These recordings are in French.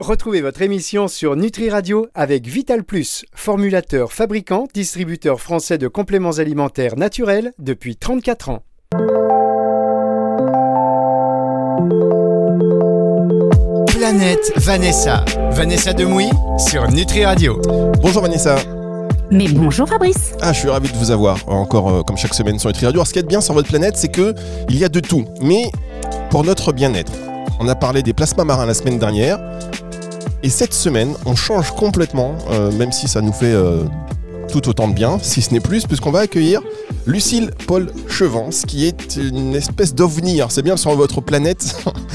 Retrouvez votre émission sur Nutri Radio avec Vital Plus, formulateur, fabricant, distributeur français de compléments alimentaires naturels depuis 34 ans. Planète Vanessa. Vanessa Demouy sur Nutri Radio. Bonjour Vanessa. Mais bonjour Fabrice. Je suis ravi de vous avoir encore comme chaque semaine sur Nutri Radio. Alors ce qui est bien sur votre planète, c'est que il y a de tout. Mais pour notre bien-être, on a parlé des plasmas marins la semaine dernière. Et cette semaine, on change complètement, même si ça nous fait tout autant de bien, si ce n'est plus, puisqu'on va accueillir Lucille Paul Chevance, qui est une espèce d'ovni. Alors c'est bien sur votre planète.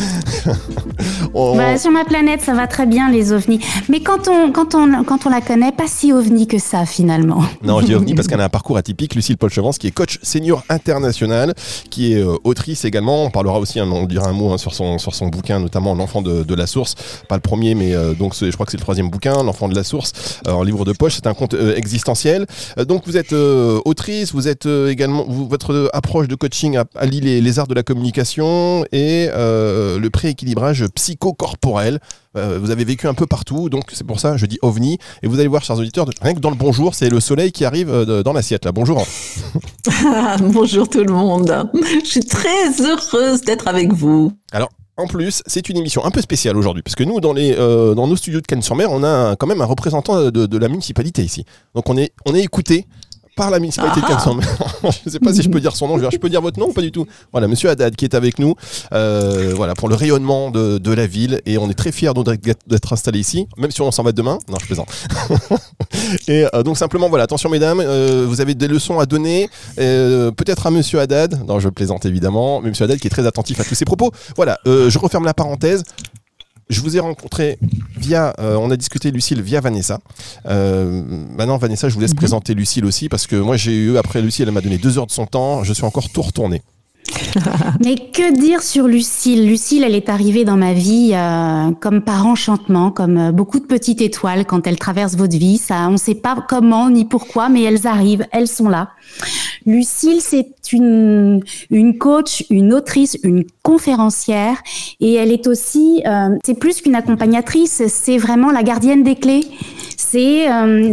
Sur ma planète, ça va très bien les ovnis. Mais quand on la connaît, pas si ovni que ça finalement. Non, je dis ovni parce qu'elle a un parcours atypique. Lucille Paul Chevance, qui est coach senior international, qui est autrice également. On parlera aussi, on dira un mot sur son bouquin, notamment L'enfant de la source. Pas le premier, mais donc je crois que c'est le troisième bouquin, L'enfant de la source, en livre de poche. C'est un conte existentiel. Donc vous êtes autrice, vous êtes également, votre approche de coaching allie les arts de la communication et le prééquilibrage psychocorporel. Vous avez vécu un peu partout, donc c'est pour ça que je dis ovni. Et vous allez voir, chers auditeurs, rien que dans le bonjour, c'est le soleil qui arrive dans l'assiette. Là. Bonjour. Bonjour tout le monde. Je suis très heureuse d'être avec vous. Alors, en plus, c'est une émission un peu spéciale aujourd'hui, parce que nous, dans nos studios de Cannes-sur-Mer, on a quand même un représentant de la municipalité ici. Donc on est écouté par la municipalité de Cannes-sur-Mer. Je ne sais pas si je peux dire son nom. Je peux dire votre nom ou pas du tout? Voilà, monsieur Haddad qui est avec nous. Voilà, pour le rayonnement de la ville. Et on est très fiers d'être installés ici, même si on s'en va demain. Non, je plaisante. Et donc simplement, voilà, attention mesdames, vous avez des leçons à donner. Peut-être à monsieur Haddad. Non, je plaisante évidemment. Mais monsieur Haddad qui est très attentif à tous ses propos. Voilà, je referme la parenthèse. Je vous ai rencontré on a discuté Lucille via Vanessa. Maintenant Vanessa, je vous laisse présenter Lucille aussi, parce que moi j'ai eu, après Lucille, elle m'a donné 2 heures de son temps, je suis encore tout retourné. Mais que dire sur Lucille ? Lucille, elle est arrivée dans ma vie comme par enchantement, comme beaucoup de petites étoiles quand elles traversent votre vie. Ça, on ne sait pas comment ni pourquoi, mais elles arrivent, elles sont là. Lucille, c'est une coach, une autrice, une conférencière, et elle est aussi, c'est plus qu'une accompagnatrice, c'est vraiment la gardienne des clés. C'est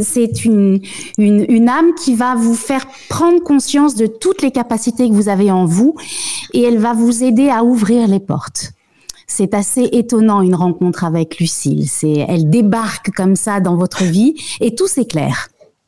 une âme qui va vous faire prendre conscience de toutes les capacités que vous avez en vous, et elle va vous aider à ouvrir les portes. C'est assez étonnant, une rencontre avec Lucille. Elle débarque comme ça dans votre vie et tout s'éclaire.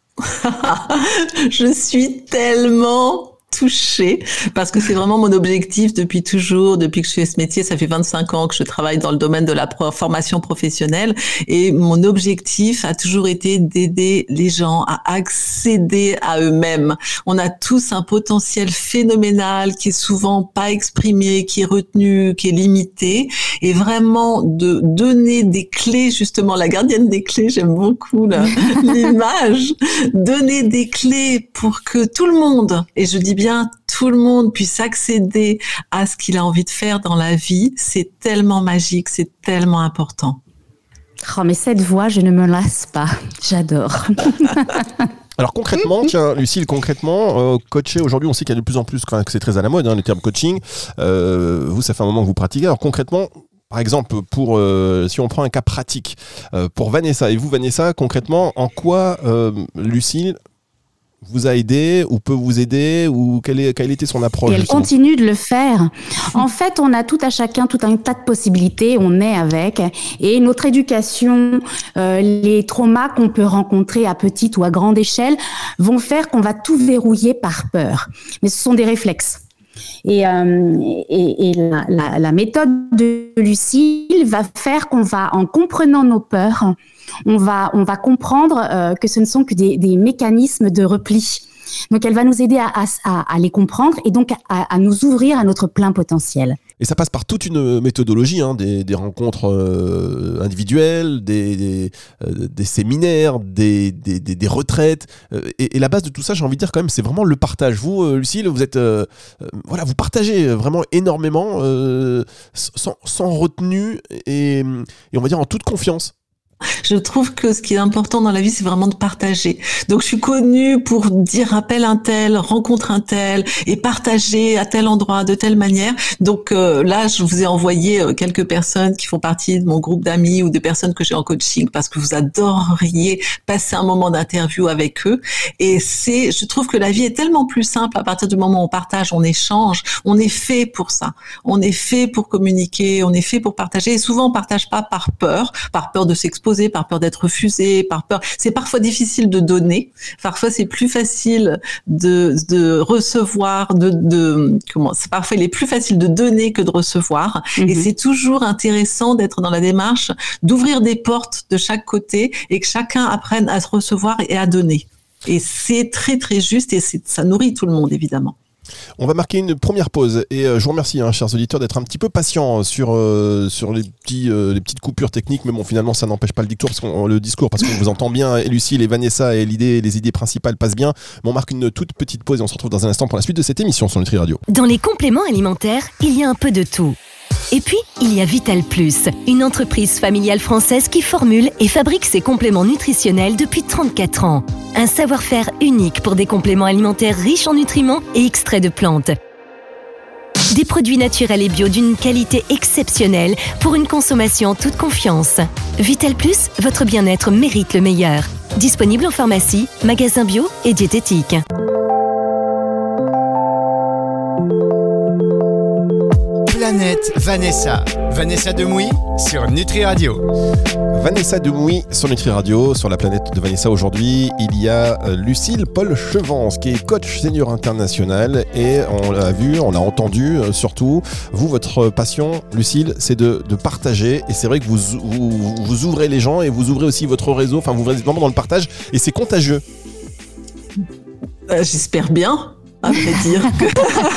Je suis tellement touchée, parce que c'est vraiment mon objectif depuis toujours, depuis que je fais ce métier. Ça fait 25 ans que je travaille dans le domaine de la formation professionnelle, et mon objectif a toujours été d'aider les gens à accéder à eux-mêmes. On a tous un potentiel phénoménal qui est souvent pas exprimé, qui est retenu, qui est limité, et vraiment de donner des clés, justement, la gardienne des clés, j'aime beaucoup l'image, donner des clés pour que tout le monde, et je dis bien tout le monde, puisse accéder à ce qu'il a envie de faire dans la vie. C'est tellement magique, c'est tellement important. Oh, mais cette voix, je ne me lasse pas. J'adore. Alors concrètement, tiens Lucille, coacher aujourd'hui, on sait qu'il y a de plus en plus, que c'est très à la mode, le terme coaching. Vous, ça fait un moment que vous pratiquez. Alors concrètement, par exemple, si on prend un cas pratique, pour Vanessa, et vous Vanessa, concrètement, en quoi Lucille vous a aidé ou peut vous aider, ou quelle était son approche? Et elle continue de le faire. En fait, on a tout à chacun tout un tas de possibilités, on est avec, et notre éducation, les traumas qu'on peut rencontrer à petite ou à grande échelle vont faire qu'on va tout verrouiller par peur. Mais ce sont des réflexes. Et la méthode de Lucille va faire qu'on va, en comprenant nos peurs, on va comprendre que ce ne sont que des mécanismes de repli. Donc, elle va nous aider à les comprendre, et donc à nous ouvrir à notre plein potentiel. Et ça passe par toute une méthodologie, des rencontres individuelles, des séminaires, des retraites. Et la base de tout ça, j'ai envie de dire quand même, c'est vraiment le partage. Vous, Lucille, vous êtes, vous partagez vraiment énormément, sans retenue, et on va dire en toute confiance. Je trouve que ce qui est important dans la vie, c'est vraiment de partager. Donc, je suis connue pour dire appelle un tel, rencontre un tel et partager à tel endroit, de telle manière. Donc là, je vous ai envoyé quelques personnes qui font partie de mon groupe d'amis ou des personnes que j'ai en coaching parce que vous adoreriez passer un moment d'interview avec eux. Et je trouve que la vie est tellement plus simple à partir du moment où on partage, on échange. On est fait pour ça. On est fait pour communiquer, on est fait pour partager. Et souvent, on partage pas par peur de s'exposer, par peur d'être refusé, par peur. C'est parfois difficile de donner. Parfois, c'est plus facile de recevoir, parfois il est plus facile de donner que de recevoir. Et c'est toujours intéressant d'être dans la démarche d'ouvrir des portes de chaque côté et que chacun apprenne à se recevoir et à donner. Et c'est très, très juste et ça nourrit tout le monde, évidemment. On va marquer une première pause et je vous remercie, chers auditeurs, d'être un petit peu patients sur les petites coupures techniques, mais bon, finalement ça n'empêche pas le discours parce qu'on vous entend bien, et Lucille et Vanessa, et les idées principales passent bien. Mais on marque une toute petite pause et on se retrouve dans un instant pour la suite de cette émission sur Nutri Radio. Dans les compléments alimentaires, il y a un peu de tout. Et puis, il y a Vital Plus, une entreprise familiale française qui formule et fabrique ses compléments nutritionnels depuis 34 ans. Un savoir-faire unique pour des compléments alimentaires riches en nutriments et extraits de plantes. Des produits naturels et bio d'une qualité exceptionnelle pour une consommation en toute confiance. Vital Plus, votre bien-être mérite le meilleur. Disponible en pharmacie, magasin bio et diététique. Planète Vanessa. Vanessa Demouy sur Nutri Radio. Vanessa Demouy sur Nutri Radio. Sur la planète de Vanessa aujourd'hui, il y a Lucille Paul-Chevance qui est coach senior international et on l'a vu, on l'a entendu surtout. Vous, votre passion, Lucille, c'est de partager et c'est vrai que vous ouvrez les gens et vous ouvrez aussi votre réseau, enfin vous êtes vraiment dans le partage et c'est contagieux. J'espère bien, à vrai dire que...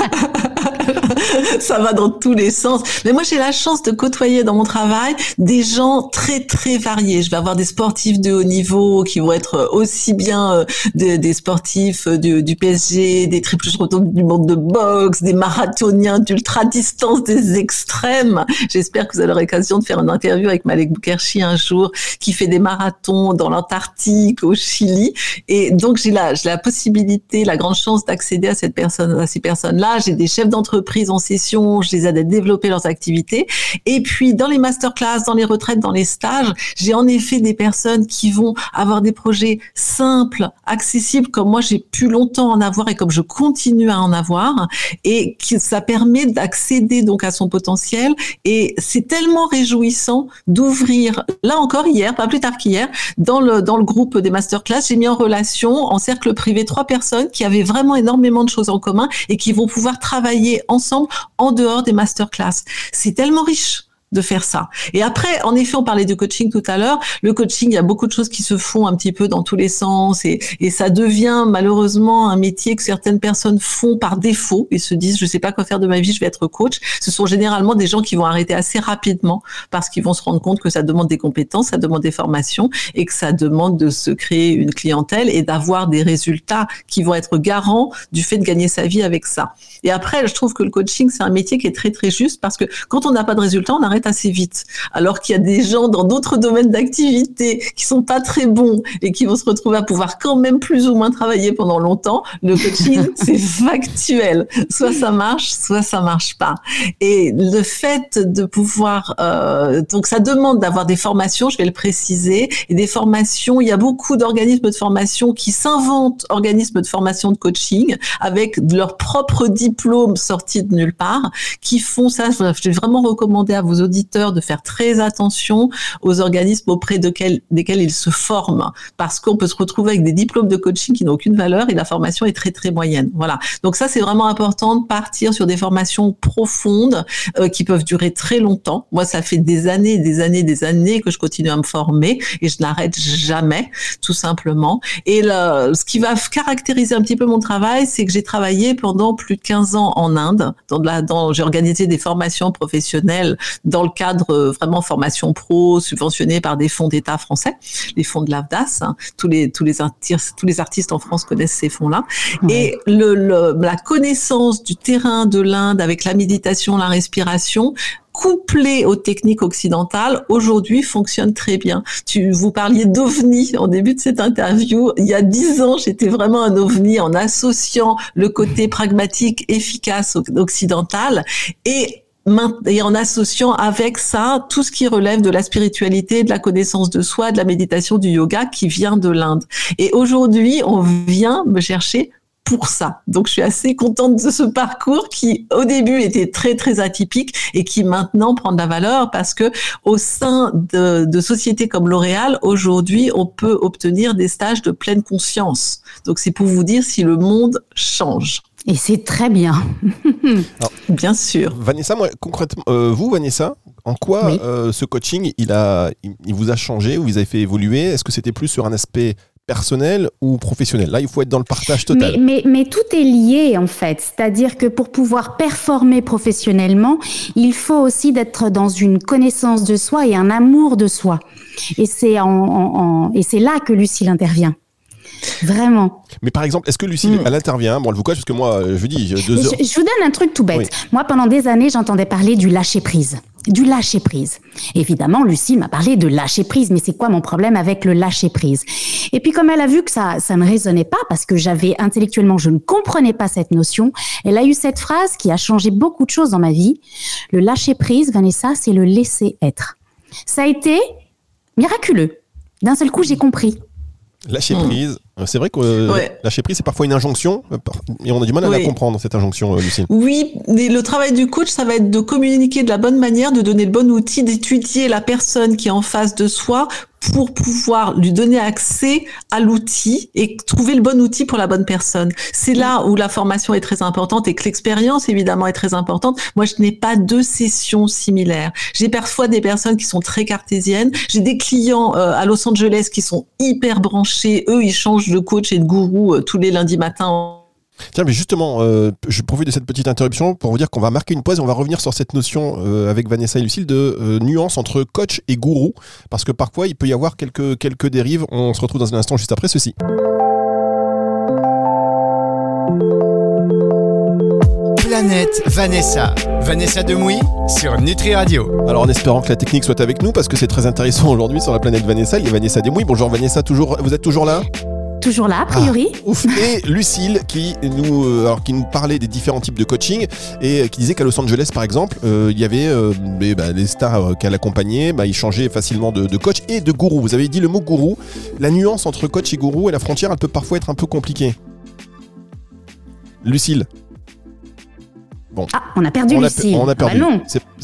Ça va dans tous les sens. Mais moi, j'ai la chance de côtoyer dans mon travail des gens très, très variés. Je vais avoir des sportifs de haut niveau qui vont être aussi bien des sportifs du PSG, des triples champions du monde de boxe, des marathoniens d'ultra-distance, des extrêmes. J'espère que vous aurez l'occasion de faire une interview avec Malek Boukherchi un jour, qui fait des marathons dans l'Antarctique, au Chili. Et donc, j'ai la possibilité, la grande chance d'accéder à ces personnes-là. J'ai des chefs d'entreprise en session, je les aide à développer leurs activités. Et puis, dans les masterclass, dans les retraites, dans les stages, j'ai en effet des personnes qui vont avoir des projets simples, accessibles, comme moi j'ai pu longtemps en avoir et comme je continue à en avoir. Et ça permet d'accéder donc à son potentiel. Et c'est tellement réjouissant d'ouvrir, là encore hier, pas plus tard qu'hier, dans le groupe des masterclass, j'ai mis en relation, en cercle privé, 3 personnes qui avaient vraiment énormément de choses en commun et qui vont pouvoir travailler ensemble en dehors des masterclass. C'est tellement riche de faire ça. Et après, en effet, on parlait de coaching tout à l'heure. Le coaching, il y a beaucoup de choses qui se font un petit peu dans tous les sens et ça devient malheureusement un métier que certaines personnes font par défaut et se disent, je sais pas quoi faire de ma vie, je vais être coach. Ce sont généralement des gens qui vont arrêter assez rapidement parce qu'ils vont se rendre compte que ça demande des compétences, ça demande des formations et que ça demande de se créer une clientèle et d'avoir des résultats qui vont être garants du fait de gagner sa vie avec ça. Et après, je trouve que le coaching, c'est un métier qui est très, très juste parce que quand on n'a pas de résultats, on arrête assez vite. Alors qu'il y a des gens dans d'autres domaines d'activité qui sont pas très bons et qui vont se retrouver à pouvoir quand même plus ou moins travailler pendant longtemps. Le coaching, c'est factuel. Soit ça marche pas. Et le fait de pouvoir, donc ça demande d'avoir des formations, je vais le préciser, et des formations, il y a beaucoup d'organismes de formation qui s'inventent organismes de formation de coaching avec leur propre diplôme sorti de nulle part, qui font ça. Je vais vraiment recommander à vos auditeurs de faire très attention aux organismes auprès desquels ils se forment, parce qu'on peut se retrouver avec des diplômes de coaching qui n'ont aucune valeur et la formation est très très moyenne. Voilà. Donc ça, c'est vraiment important de partir sur des formations profondes qui peuvent durer très longtemps. Moi, ça fait des années que je continue à me former et je n'arrête jamais, tout simplement. Et ce qui va caractériser un petit peu mon travail, c'est que j'ai travaillé pendant plus de 15 ans en Inde. J'ai organisé des formations professionnelles dans dans le cadre vraiment formation pro, subventionné par des fonds d'État français, les fonds de l'AFDAS. Hein. Tous les artistes en France connaissent ces fonds-là. Et la connaissance du terrain de l'Inde avec la méditation, la respiration, couplé aux techniques occidentales, aujourd'hui fonctionne très bien. Vous parliez d'ovni en début de cette interview. Il y a 10 ans, j'étais vraiment un ovni en associant le côté pragmatique, efficace occidental et en associant avec ça tout ce qui relève de la spiritualité, de la connaissance de soi, de la méditation, du yoga qui vient de l'Inde. Et aujourd'hui, on vient me chercher pour ça. Donc, je suis assez contente de ce parcours qui, au début, était très, très atypique et qui maintenant prend de la valeur parce que au sein de sociétés comme L'Oréal, aujourd'hui, on peut obtenir des stages de pleine conscience. Donc, c'est pour vous dire si le monde change. Et c'est très bien. Alors, bien sûr. Vanessa, moi, concrètement, vous, Vanessa, en quoi ce coaching, il vous a changé ou vous avez fait évoluer? Est-ce que c'était plus sur un aspect personnel ou professionnel? Là, il faut être dans le partage total. Mais tout est lié, en fait. C'est-à-dire que pour pouvoir performer professionnellement, il faut aussi d'être dans une connaissance de soi et un amour de soi. Et c'est là que Lucille intervient. Vraiment. Mais par exemple, est-ce que Lucille, elle intervient? Bon, elle vous coach parce que moi, je vous dis, 2 heures. Je vous donne un truc tout bête. Oui. Moi, pendant des années, j'entendais parler du lâcher-prise. Du lâcher-prise. Évidemment, Lucille m'a parlé de lâcher-prise, mais c'est quoi mon problème avec le lâcher-prise? Et puis, comme elle a vu que ça ne résonnait pas, parce que intellectuellement, je ne comprenais pas cette notion, elle a eu cette phrase qui a changé beaucoup de choses dans ma vie. Le lâcher-prise, Vanessa, c'est le laisser être. Ça a été miraculeux. D'un seul coup, j'ai compris. Lâcher prise, c'est vrai que lâcher prise, c'est parfois une injonction, et on a du mal à la comprendre, cette injonction, Lucille. Oui, mais le travail du coach, ça va être de communiquer de la bonne manière, de donner le bon outil, d'étudier la personne qui est en face de soi pour pouvoir lui donner accès à l'outil et trouver le bon outil pour la bonne personne. C'est là où la formation est très importante et que l'expérience, évidemment, est très importante. Moi, je n'ai pas 2 sessions similaires. J'ai parfois des personnes qui sont très cartésiennes. J'ai des clients à Los Angeles qui sont hyper branchés. Eux, ils changent de coach et de gourou tous les lundis matins. Tiens, mais justement, je profite de cette petite interruption pour vous dire qu'on va marquer une pause et on va revenir sur cette notion avec Vanessa et Lucille de nuance entre coach et gourou, parce que parfois il peut y avoir quelques dérives. On se retrouve dans un instant juste après ceci. Planète Vanessa. Vanessa Demouy sur Nutri Radio. Alors en espérant que la technique soit avec nous, parce que c'est très intéressant aujourd'hui sur la planète Vanessa, il y a Vanessa Demouy. Bonjour Vanessa, vous êtes toujours là? Toujours là, a priori. Ouf. Et Lucille qui nous parlait des différents types de coaching et qui disait qu'à Los Angeles par exemple, il y avait les stars qu'elle accompagnait, ils changeaient facilement de coach et de gourou. Vous avez dit le mot gourou. La nuance entre coach et gourou et la frontière, elle peut parfois être un peu compliquée. Lucille. Bon. Ah, on a perdu Lucille. On a perdu. Non.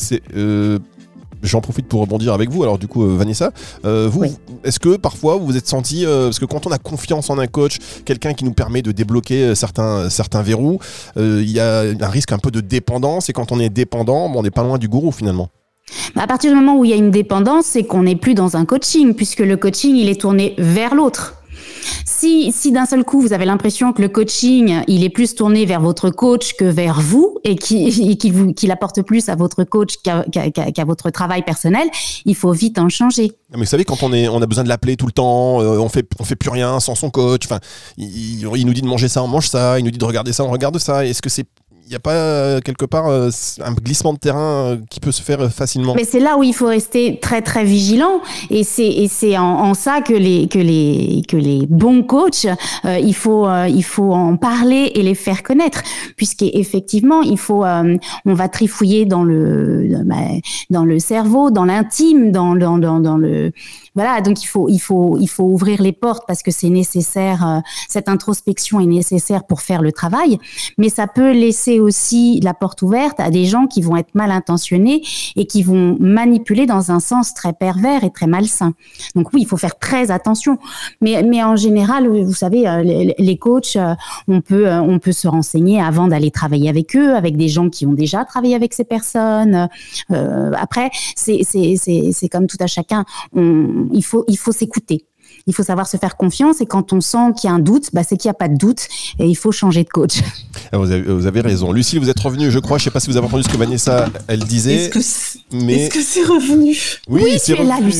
J'en profite pour rebondir avec vous. Alors du coup, Vanessa, est-ce que parfois vous vous êtes senti, parce que quand on a confiance en un coach, quelqu'un qui nous permet de débloquer certains verrous, il y a un risque un peu de dépendance, et quand on est dépendant, on n'est pas loin du gourou finalement. À partir du moment où il y a une dépendance, c'est qu'on n'est plus dans un coaching, puisque le coaching, il est tourné vers l'autre. Si d'un seul coup, vous avez l'impression que le coaching, il est plus tourné vers votre coach que vers vous et qu'il apporte plus à votre coach qu'à votre travail personnel, il faut vite en changer. Mais vous savez, quand on a besoin de l'appeler tout le temps, on fait plus rien sans son coach. Enfin, il nous dit de manger ça, on mange ça. Il nous dit de regarder ça, on regarde ça. Est-ce que il n'y a pas quelque part un glissement de terrain qui peut se faire facilement? Mais c'est là où il faut rester très très vigilant, et c'est en ça que les bons coachs, il faut en parler et les faire connaître, puisqu'effectivement on va trifouiller dans le cerveau, dans l'intime, dans le voilà, donc il faut ouvrir les portes parce que c'est nécessaire, cette introspection est nécessaire pour faire le travail, mais ça peut laisser aussi la porte ouverte à des gens qui vont être mal intentionnés et qui vont manipuler dans un sens très pervers et très malsain. Donc oui, il faut faire très attention. Mais en général, vous savez, les coachs, on peut se renseigner avant d'aller travailler avec eux, avec des gens qui ont déjà travaillé avec ces personnes. Après, c'est comme tout à chacun. Il faut s'écouter. il faut savoir se faire confiance. Et quand on sent qu'il y a un doute, c'est qu'il n'y a pas de doute et il faut changer de coach. Vous avez raison. Lucille, vous êtes revenue, je crois. Je ne sais pas si vous avez entendu ce que Vanessa, elle disait. Est-ce que c'est revenu? Oui, c'est revenu. Là, Lucille.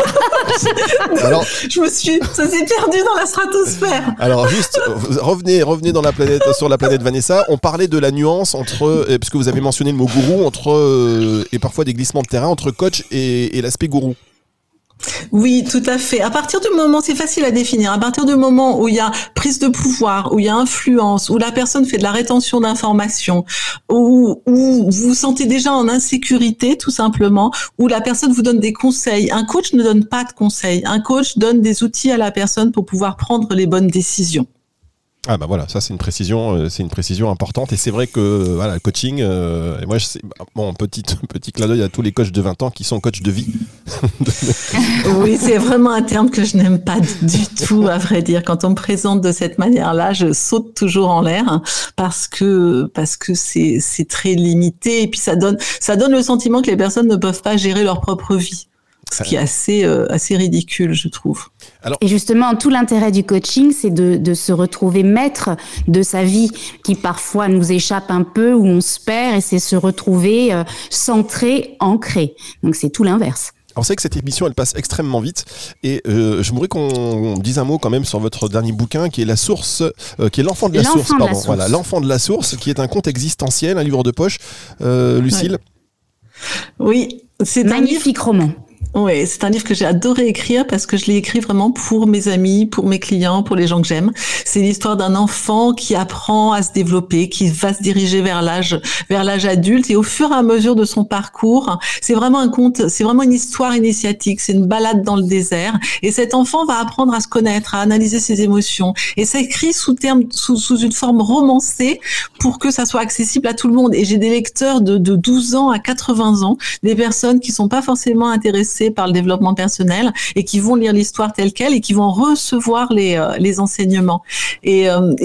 Alors, ça s'est perdu dans la stratosphère. Alors juste, revenez sur la planète Vanessa. On parlait de la nuance entre, parce que vous avez mentionné le mot gourou, et parfois des glissements de terrain entre coach et l'aspect gourou. Oui, tout à fait. À partir du moment, c'est facile à définir, à partir du moment où il y a prise de pouvoir, où il y a influence, où la personne fait de la rétention d'informations, où vous vous sentez déjà en insécurité, tout simplement, où la personne vous donne des conseils. Un coach ne donne pas de conseils. Un coach donne des outils à la personne pour pouvoir prendre les bonnes décisions. Ah bah voilà, ça c'est une précision importante, et c'est vrai que voilà, le coaching, et moi petit clin d'œil à tous les coachs de 20 ans qui sont coachs de vie. Oui, c'est vraiment un terme que je n'aime pas du tout, à vrai dire. Quand on me présente de cette manière-là, je saute toujours en l'air parce que c'est très limité, et puis ça donne le sentiment que les personnes ne peuvent pas gérer leur propre vie. Ce qui est assez ridicule, je trouve. Et justement, tout l'intérêt du coaching, c'est de se retrouver maître de sa vie, qui parfois nous échappe un peu, où on se perd, et c'est se retrouver centré, ancré. Donc c'est tout l'inverse. Alors c'est que cette émission elle passe extrêmement vite, et je voudrais qu'on dise un mot quand même sur votre dernier bouquin qui est La Source, qui est l'enfant de la source, pardon. Voilà, l'enfant de la source, qui est un conte existentiel, un livre de poche. Lucille. Oui, c'est magnifique roman. Oui, c'est un livre que j'ai adoré écrire parce que je l'ai écrit vraiment pour mes amis, pour mes clients, pour les gens que j'aime. C'est l'histoire d'un enfant qui apprend à se développer, qui va se diriger vers l'âge adulte, et au fur et à mesure de son parcours, c'est vraiment un conte, c'est vraiment une histoire initiatique, c'est une balade dans le désert, et cet enfant va apprendre à se connaître, à analyser ses émotions, et c'est écrit sous une forme romancée pour que ça soit accessible à tout le monde. Et j'ai des lecteurs de 12 ans à 80 ans, des personnes qui sont pas forcément intéressées par le développement personnel et qui vont lire l'histoire telle quelle et qui vont recevoir les enseignements. Et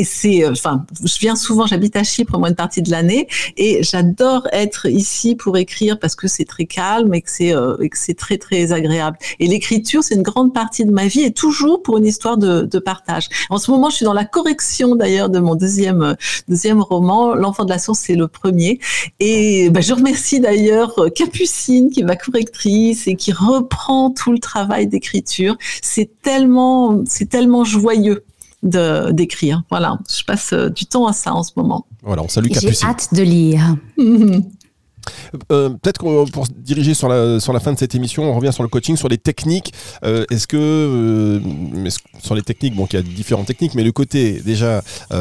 je viens souvent, j'habite à Chypre moi une partie de l'année, et j'adore être ici pour écrire parce que c'est très calme et que c'est très très agréable. Et l'écriture, c'est une grande partie de ma vie, et toujours pour une histoire de partage. En ce moment, je suis dans la correction d'ailleurs de mon deuxième roman. L'enfant de la source, c'est le premier. Et je remercie d'ailleurs Capucine, qui est ma correctrice et qui reprend tout le travail d'écriture. C'est tellement joyeux d'écrire. Voilà, je passe du temps à ça en ce moment. Voilà, on salue Capucine. J'ai hâte de lire. Peut-être qu'on pour se diriger sur la fin de cette émission, on revient sur le coaching, sur les techniques. Est-ce que sur les techniques, bon, il y a différentes techniques, mais le côté déjà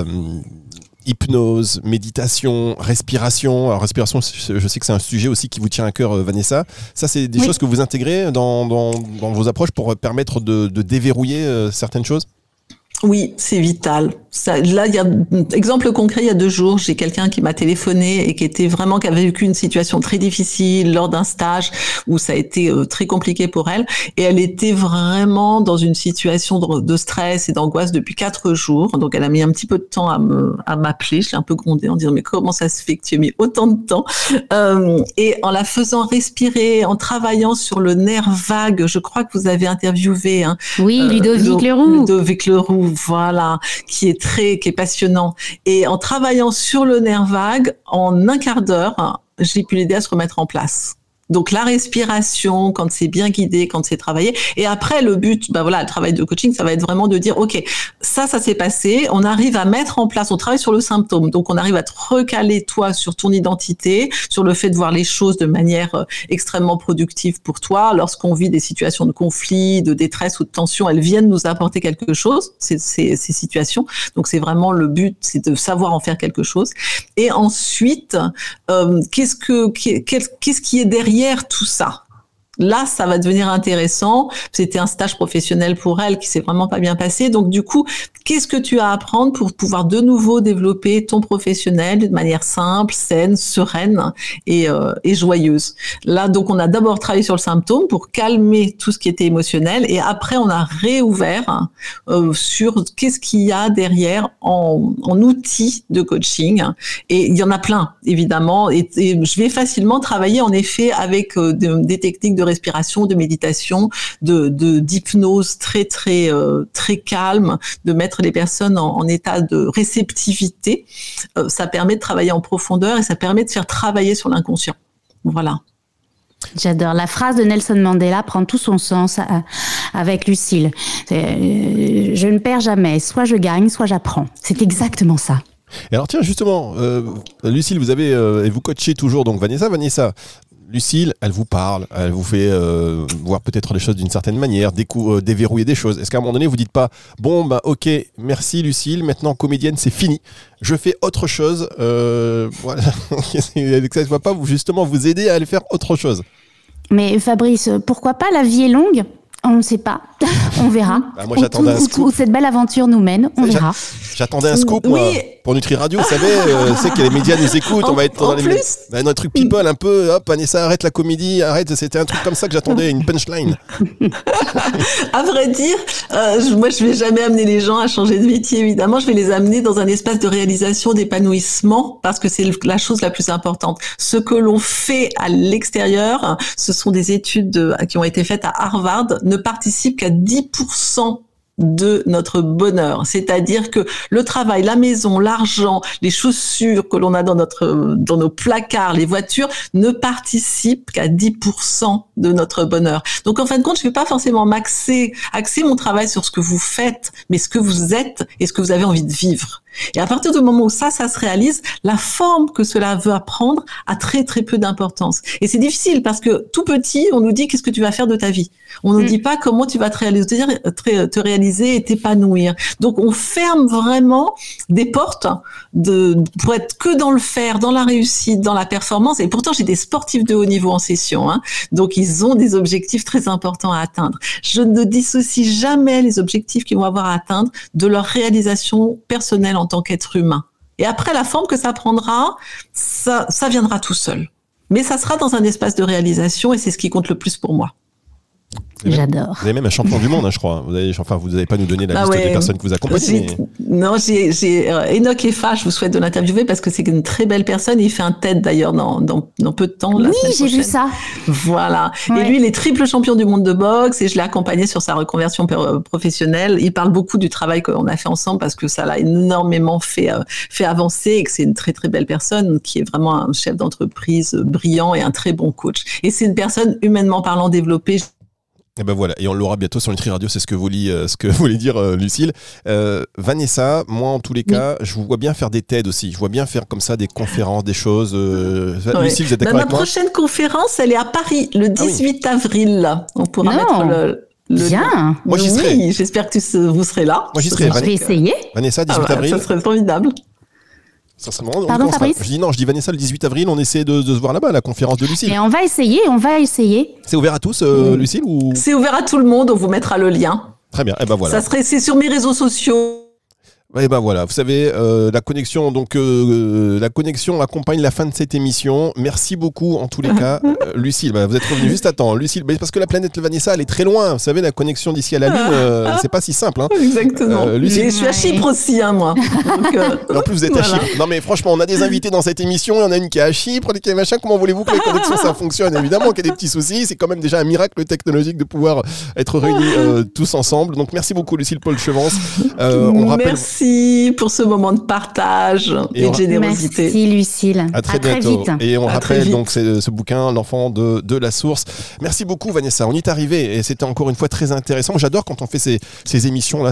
hypnose, méditation, respiration. Alors respiration, je sais que c'est un sujet aussi qui vous tient à cœur, Vanessa. Ça, c'est des choses que vous intégrez dans vos approches pour permettre de déverrouiller certaines choses? Oui, c'est vital. Ça, là, il y a exemple concret. Il y a 2 jours, j'ai quelqu'un qui m'a téléphoné et qui avait vécu une situation très difficile lors d'un stage où ça a été très compliqué pour elle, et elle était vraiment dans une situation de stress et d'angoisse depuis 4 jours. Donc, elle a mis un petit peu de temps à m'appeler. Je l'ai un peu grondée en disant mais comment ça se fait que tu as mis autant de temps? Et en la faisant respirer, en travaillant sur le nerf vague. Je crois que vous avez interviewé. Oui, Ludovic Leroux. Ludovic Leroux. Voilà, qui est passionnant. Et en travaillant sur le nerf vague, en un quart d'heure, j'ai pu l'aider à se remettre en place. Donc la respiration, quand c'est bien guidé, quand c'est travaillé. Et après, le but, le travail de coaching, ça va être vraiment de dire, ok, ça s'est passé. On arrive à mettre en place, on travaille sur le symptôme. Donc on arrive à te recaler toi sur ton identité, sur le fait de voir les choses de manière extrêmement productive pour toi. Lorsqu'on vit des situations de conflit, de détresse ou de tension, elles viennent nous apporter quelque chose, ces situations. Donc c'est vraiment le but, c'est de savoir en faire quelque chose. Et ensuite, qu'est-ce qui est derrière tout ça? Là, ça va devenir intéressant. C'était un stage professionnel pour elle qui s'est vraiment pas bien passé. Donc, du coup, qu'est-ce que tu as à apprendre pour pouvoir de nouveau développer ton professionnel de manière simple, saine, sereine et joyeuse? Là, donc, on a d'abord travaillé sur le symptôme pour calmer tout ce qui était émotionnel, et après, on a réouvert sur qu'est-ce qu'il y a derrière en outils de coaching. Et il y en a plein, évidemment. Et je vais facilement travailler, en effet, avec des techniques de de respiration, de méditation, d'hypnose très très très calme, de mettre les personnes en état de réceptivité. Ça permet de travailler en profondeur et ça permet de faire travailler sur l'inconscient. Voilà. J'adore. La phrase de Nelson Mandela prend tout son sens avec Lucile. Je ne perds jamais. Soit je gagne, soit j'apprends. C'est exactement ça. Et alors tiens, justement, Lucile, vous avez et vous coachez toujours donc Vanessa. Lucile, elle vous parle, elle vous fait voir peut-être les choses d'une certaine manière, déverrouiller des choses. Est-ce qu'à un moment donné, vous dites pas bon bah ok, merci Lucile, maintenant comédienne, c'est fini. Je fais autre chose. Voilà. Ça ne va pas justement vous aider à aller faire autre chose. Mais Fabrice, pourquoi pas? La vie est longue. On ne sait pas, on verra. Bah moi, j'attendais un scoop. Où cette belle aventure nous mène, on verra. J'attendais un scoop, moi, pour Nutri Radio. Vous savez, c'est que les médias nous écoutent. On va être dans un truc people un peu. Hop, Vanessa, arrête la comédie, arrête. C'était un truc comme ça que j'attendais, une punchline. À vrai dire, moi, je vais jamais amener les gens à changer de métier. Évidemment, je vais les amener dans un espace de réalisation, d'épanouissement, parce que c'est la chose la plus importante. Ce que l'on fait à l'extérieur, ce sont des études qui ont été faites à Harvard, ne participe qu'à 10% de notre bonheur. C'est-à-dire que le travail, la maison, l'argent, les chaussures que l'on a dans nos placards, les voitures, ne participent qu'à 10% de notre bonheur. Donc, en fin de compte, je ne vais pas forcément axer mon travail sur ce que vous faites, mais ce que vous êtes et ce que vous avez envie de vivre. Et à partir du moment où ça se réalise, la forme que cela veut prendre a très très peu d'importance. Et c'est difficile parce que tout petit, on nous dit qu'est-ce que tu vas faire de ta vie. On nous dit pas comment tu vas te réaliser et t'épanouir. Donc on ferme vraiment des portes pour être que dans le faire, dans la réussite, dans la performance. Et pourtant j'ai des sportifs de haut niveau en session, hein. Donc ils ont des objectifs très importants à atteindre. Je ne dissocie jamais les objectifs qu'ils vont avoir à atteindre de leur réalisation personnelle en tant qu'être humain. Et après, la forme que ça prendra, ça viendra tout seul. Mais ça sera dans un espace de réalisation et c'est ce qui compte le plus pour moi. J'adore. Vous avez même un champion du monde, hein, je crois. Vous n'avez pas nous donné la liste des personnes que vous accompagnez. Non, j'ai Enoch Effa, je vous souhaite de l'interviewer parce que c'est une très belle personne. Il fait un TED d'ailleurs dans peu de temps. Oui, j'ai vu ça. Voilà. Ouais. Et lui, il est triple champion du monde de boxe et je l'ai accompagné sur sa reconversion professionnelle. Il parle beaucoup du travail qu'on a fait ensemble parce que ça l'a énormément fait avancer et que c'est une très très belle personne qui est vraiment un chef d'entreprise brillant et un très bon coach. Et c'est une personne humainement parlant développée. Et ben voilà, et on l'aura bientôt sur Nutri Radio, c'est ce que voulait dire Lucile. Vanessa, moi en tous les cas, je vous vois bien faire des TED aussi. Je vois bien faire comme ça des conférences, des choses. Lucile, vous êtes d'accord avec moi ? Ma prochaine conférence, elle est à Paris, le 18 avril. On pourra mettre le bien. Moi j'y serai. Oui, j'espère que vous serez là. Moi j'y serai. Je vais essayer. Vanessa, 18 avril. Ça serait formidable. Pardon, Fabrice ? Je dis Vanessa, le 18 avril, on essaie de se voir là-bas, à la conférence de Lucile. Et on va essayer. C'est ouvert à tous, Lucile ou... C'est ouvert à tout le monde, on vous mettra le lien. Très bien, et ben voilà. C'est sur mes réseaux sociaux. Et ben voilà, vous savez, la connexion accompagne la fin de cette émission. Merci beaucoup en tous les cas, Lucile. Vous êtes revenu juste à temps, Lucile, parce que la planète Vanessa, elle est très loin. Vous savez, la connexion d'ici à la Lune, c'est pas si simple. Hein. Exactement. Lucile... Je suis à Chypre aussi, hein, moi. Donc, en plus, vous êtes à Chypre. Non, mais franchement, on a des invités dans cette émission. Il y en a une qui est à Chypre, qui est machin. Comment voulez-vous que les connexions ça fonctionne ? Évidemment qu'il y a des petits soucis. C'est quand même déjà un miracle technologique de pouvoir être réunis tous ensemble. Donc, merci beaucoup, Lucile Paul-Chevance. Merci pour ce moment de partage et de générosité. Merci Lucile. À très bientôt. Vite. Et on rappelle donc ce bouquin, L'enfant de la source. Merci beaucoup Vanessa, on y est arrivé et c'était encore une fois très intéressant. J'adore quand on fait ces émissions là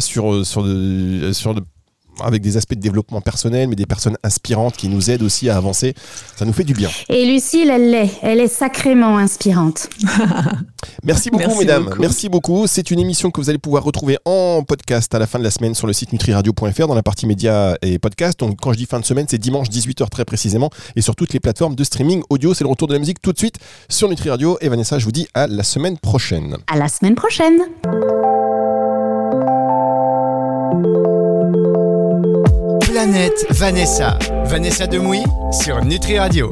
avec des aspects de développement personnel, mais des personnes inspirantes qui nous aident aussi à avancer. Ça nous fait du bien. Et Lucile, elle est sacrément inspirante. Merci beaucoup, mesdames. Merci beaucoup. C'est une émission que vous allez pouvoir retrouver en podcast à la fin de la semaine sur le site nutriradio.fr dans la partie médias et podcasts. Donc, quand je dis fin de semaine, c'est dimanche 18h très précisément et sur toutes les plateformes de streaming audio. C'est le retour de la musique tout de suite sur Nutri Radio. Et Vanessa, je vous dis à la semaine prochaine. À la semaine prochaine. Planète Vanessa. Vanessa Demouy sur Nutri Radio.